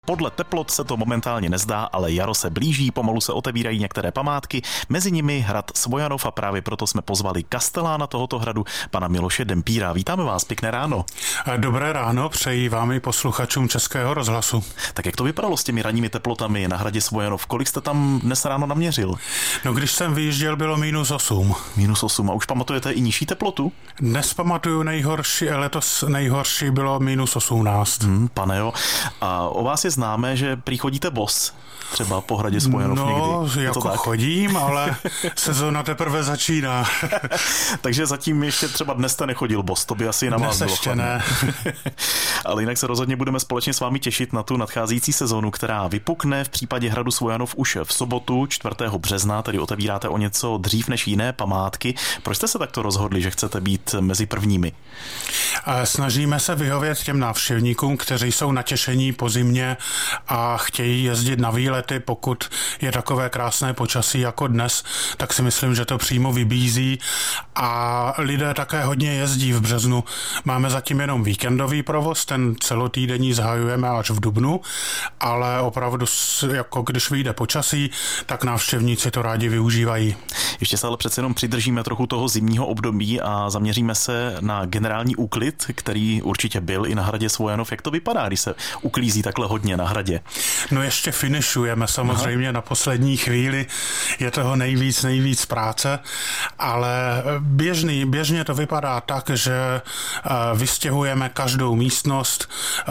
Podle teplot se to momentálně nezdá, ale jaro se blíží, pomalu se otevírají některé památky, mezi nimi hrad Svojanov a právě proto jsme pozvali kastelána tohoto hradu, pana Miloše Dempíra. Vítáme vás, pěkné ráno. Dobré ráno, přeji vám i posluchačům Českého rozhlasu. Tak jak to vypadalo s těmi ranními teplotami na hradě Svojanov? Kolik jste tam dnes ráno naměřil? No, když jsem vyjížděl, bylo -8. -8 a už pamatujete i nižší teplotu? Dnes pamatuju letos nejhorší bylo -18. Pane jo, a o vás je známé, že prý chodíte bos, třeba po hradě Svojanov někdy. No, jako chodím, ale sezóna teprve začíná. Takže zatím ještě třeba dnes jste nechodil bos, to by asi na vás bylo. Dnes ještě ne. Ale jinak se rozhodně budeme společně s vámi těšit na tu nadcházející sezónu, která vypukne v případě hradu Svojanov už v sobotu 4. března, tedy otevíráte o něco dřív než jiné památky. Proč jste se takto rozhodli, že chcete být mezi prvními? Snažíme se vyhovět těm návštěvníkům, kteří jsou natěšení po zimě a chtějí jezdit na výlety, pokud je takové krásné počasí jako dnes, tak si myslím, že to přímo vybízí a lidé také hodně jezdí v březnu. Máme zatím jenom víkendový provoz, ten celotýdenní zahajujeme až v dubnu, ale opravdu, jako když vyjde počasí, tak návštěvníci to rádi využívají. Ještě se ale přece jenom přidržíme trochu toho zimního období a zaměříme se na generální úklid, který určitě byl i na hradě Svojanov. Jak to vypadá, když se uklízí takhle hodně na hradě? No ještě finišujeme samozřejmě na poslední chvíli, je toho nejvíc práce, ale běžně to vypadá tak, že vystěhujeme každou místnost,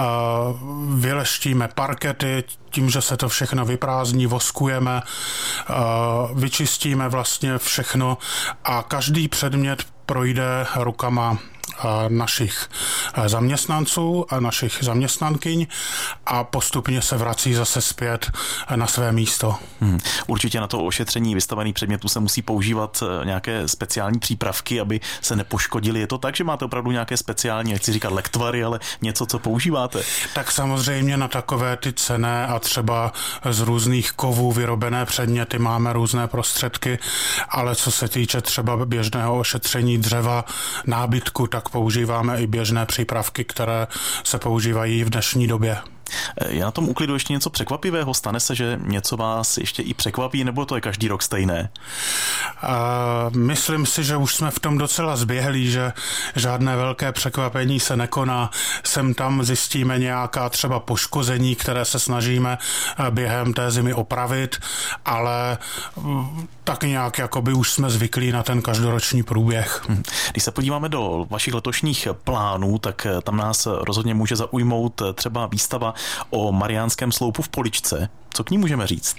vyleštíme parkety, tím, že se to všechno vyprázdní, voskujeme, vyčistíme vlastně všechno a každý předmět projde rukama našich zaměstnanců a našich zaměstnankyň a postupně se vrací zase zpět na své místo. Určitě na to ošetření vystavených předmětů se musí používat nějaké speciální přípravky, aby se nepoškodili. Je to tak, že máte opravdu nějaké speciální, nechci říkat lektvary, ale něco, co používáte? Tak samozřejmě na takové ty cenné a třeba z různých kovů vyrobené předměty máme různé prostředky, ale co se týče třeba běžného ošetření dřeva, nábytku, tak používáme i běžné přípravky, které se používají v dnešní době. Je na tom úklidu ještě něco překvapivého? Stane se, že něco vás ještě i překvapí, nebo to je každý rok stejné? Myslím si, že už jsme v tom docela zběhlí, že žádné velké překvapení se nekoná. Sem tam zjistíme nějaká třeba poškození, které se snažíme během té zimy opravit, ale tak nějak jakoby už jsme zvyklí na ten každoroční průběh. Když se podíváme do vašich letošních plánů, tak tam nás rozhodně může zaujmout třeba výstava o Mariánském sloupu v Poličce. Co k ní můžeme říct?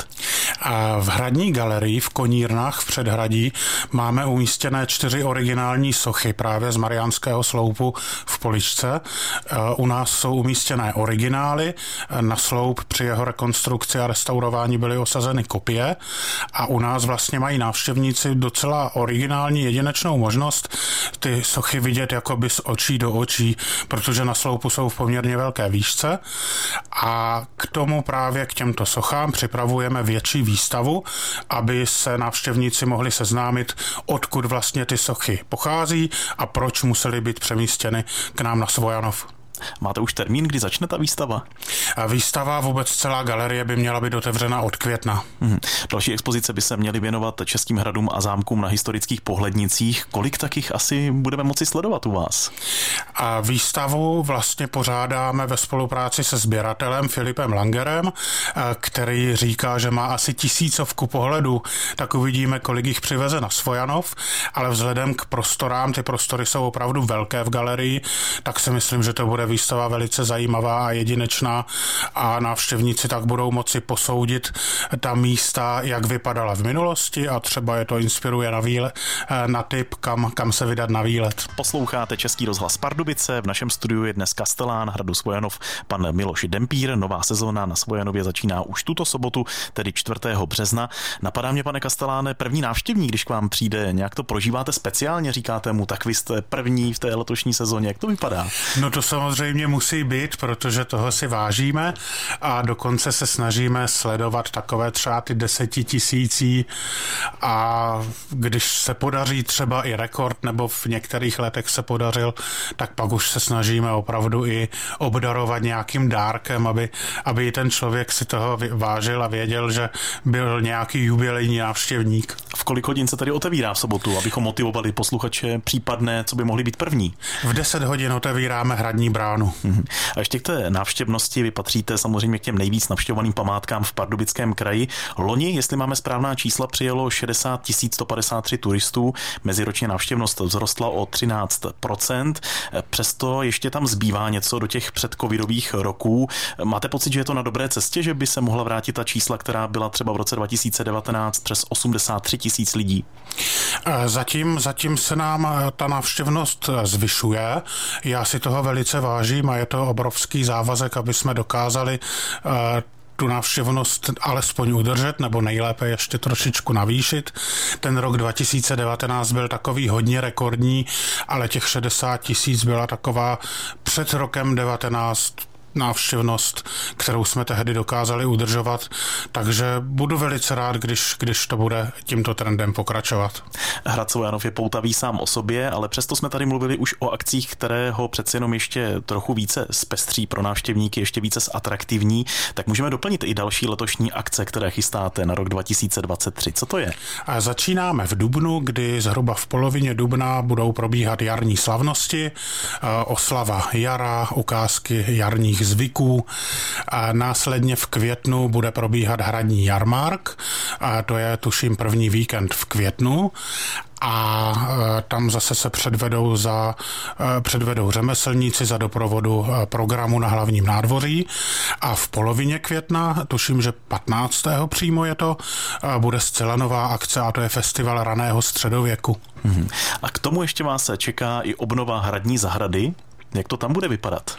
V hradní galerii v Konírnách v předhradí máme umístěné 4 originální sochy právě z Mariánského sloupu v Poličce. U nás jsou umístěné originály, na sloup při jeho rekonstrukci a restaurování byly osazeny kopie a u nás vlastně mají návštěvníci docela originální jedinečnou možnost ty sochy vidět jakoby z očí do očí, protože na sloupu jsou v poměrně velké výšce a k tomu právě k těmto sochám připravujeme větší výstavu, aby se návštěvníci mohli seznámit, odkud vlastně ty sochy pochází a proč musely být přemístěny k nám na Svojanov. Máte už termín, kdy začne ta výstava? Výstava, vůbec celá galerie by měla být otevřena od května. Další expozice by se měly věnovat českým hradům a zámkům na historických pohlednicích. Kolik takých asi budeme moci sledovat u vás? A výstavu vlastně pořádáme ve spolupráci se sběratelem Filipem Langerem, který říká, že má asi 1000 pohledů, tak uvidíme, kolik jich přiveze na Svojanov, ale vzhledem k prostorám, ty prostory jsou opravdu velké v galerii, tak si myslím, že to bude výstava velice zajímavá a jedinečná a návštěvníci tak budou moci posoudit ta místa, jak vypadala v minulosti a třeba je to inspiruje na tip, kam se vydat na výlet. Posloucháte Český rozhlas Pardubice, v našem studiu je dnes kastelán hradu Svojanov pan Miloš Dempír. Nová sezóna na Svojanově začíná už tuto sobotu, tedy 4. března. Napadá mě, pane kasteláne, první návštěvník, když k vám přijde, nějak to prožíváte speciálně, říkáte mu, tak vy jste první v té letošní sezóně, jak to vypadá? No to samozřejmě samozřejmě musí být, protože toho si vážíme a dokonce se snažíme sledovat takové třeba ty 10 000 a když se podaří třeba i rekord, nebo v některých letech se podařil, tak pak už se snažíme opravdu i obdarovat nějakým dárkem, aby i ten člověk si toho vážil a věděl, že byl nějaký jubilejní návštěvník. V kolik hodin se tady otevírá v sobotu, abychom motivovali posluchače případné, co by mohli být první? V 10 hodin otevíráme hradní bránu. A ještě k té návštěvnosti, vy patříte samozřejmě k těm nejvíc navštěvovaným památkám v Pardubickém kraji. Loni, jestli máme správná čísla, přijelo 60 153 turistů, meziročně návštěvnost vzrostla o 13%, přesto ještě tam zbývá něco do těch předcovidových roků. Máte pocit, že je to na dobré cestě, že by se mohla vrátit ta čísla, která byla třeba v roce 2019 přes 83 000 lidí? Zatím se nám ta návštěvnost zvyšuje. Já si toho velice vážím a je to obrovský závazek, aby jsme dokázali tu návštěvnost alespoň udržet, nebo nejlépe ještě trošičku navýšit. Ten rok 2019 byl takový hodně rekordní, ale těch 60 000 byla taková před rokem 19 návštěvnost, kterou jsme tehdy dokázali udržovat, takže budu velice rád, když to bude tímto trendem pokračovat. Hrad Svojanov je poutavý sám o sobě, ale přesto jsme tady mluvili už o akcích, které ho přeci jenom ještě trochu více zpestří pro návštěvníky, ještě více zatraktivní, tak můžeme doplnit i další letošní akce, které chystáte na rok 2023. Co to je? Začínáme v dubnu, kdy zhruba v polovině dubna budou probíhat jarní slavnosti, oslava jara, ukázky jarních zvyků. A následně v květnu bude probíhat hradní jarmark, a to je tuším první víkend v květnu. A tam zase se předvedou řemeslníci za doprovodu programu na hlavním nádvoří a v polovině května, tuším, že 15. přímo je to, bude zcela nová akce a to je festival raného středověku. A k tomu ještě vás čeká i obnova hradní zahrady. Jak to tam bude vypadat?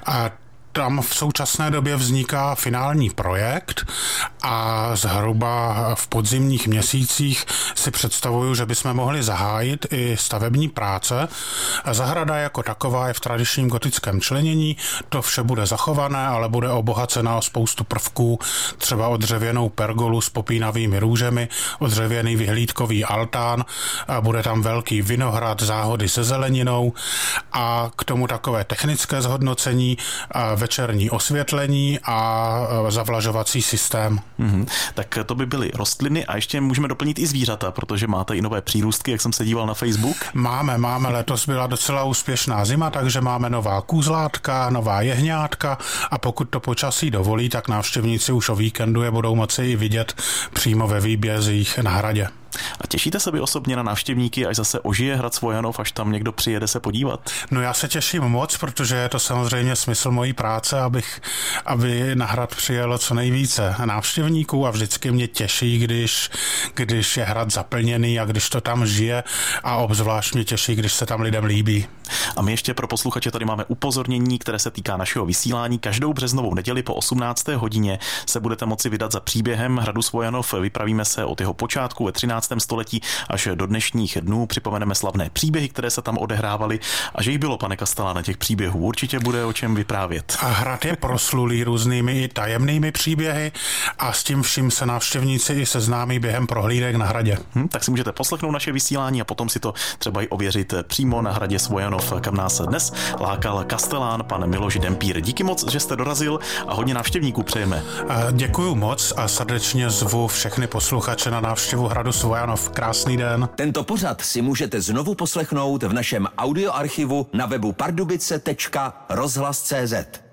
Tam v současné době vzniká finální projekt a zhruba v podzimních měsících si představuju, že bychom mohli zahájit i stavební práce. Zahrada jako taková je v tradičním gotickém členění, to vše bude zachované, ale bude obohacena o spoustu prvků, třeba o dřevěnou pergolu s popínavými růžemi, o dřevěný vyhlídkový altán, bude tam velký vinohrad, záhody se zeleninou a k tomu takové technické zhodnocení, večerní osvětlení a zavlažovací systém. Tak to by byly rostliny a ještě můžeme doplnit i zvířata, protože máte i nové přírůstky, jak jsem se díval na Facebook. Máme. Letos byla docela úspěšná zima, takže máme nová kůzlátka, nová jehňátka a pokud to počasí dovolí, tak návštěvníci už o víkendu je budou moci i vidět přímo ve výbězích na hradě. A těšíte se vy osobně na návštěvníky, až zase ožije hrad Svojanov, až tam někdo přijede se podívat? No já se těším moc, protože je to samozřejmě smysl mojí práce, aby na hrad přijelo co nejvíce návštěvníků a vždycky mě těší, když je hrad zaplněný a když to tam žije a obzvlášť mě těší, když se tam lidem líbí. A my ještě pro posluchače tady máme upozornění, které se týká našeho vysílání. Každou březnovou neděli po 18. hodině se budete moci vydat za příběhem hradu Svojanov. Vypravíme se od jeho počátku ve 13. století až do dnešních dnů. Připomeneme slavné příběhy, které se tam odehrávaly a že jich bylo, pane Kasteláne, těch příběhů určitě bude o čem vyprávět. A hrad je proslulý různými i tajemnými příběhy a s tím vším se návštěvníci i seznámí během prohlídek na hradě. Tak si můžete poslechnout naše vysílání a potom si to třeba i ověřit přímo na hradě Svojanov, kam nás dnes lákal kastelán pan Miloš Dempír. Díky moc, že jste dorazil a hodně návštěvníků přejeme. Děkuju moc a srdečně zvu všechny posluchače na návštěvu hradu Svojanov. Krásný den. Tento pořad si můžete znovu poslechnout v našem audioarchivu na webu pardubice.rozhlas.cz.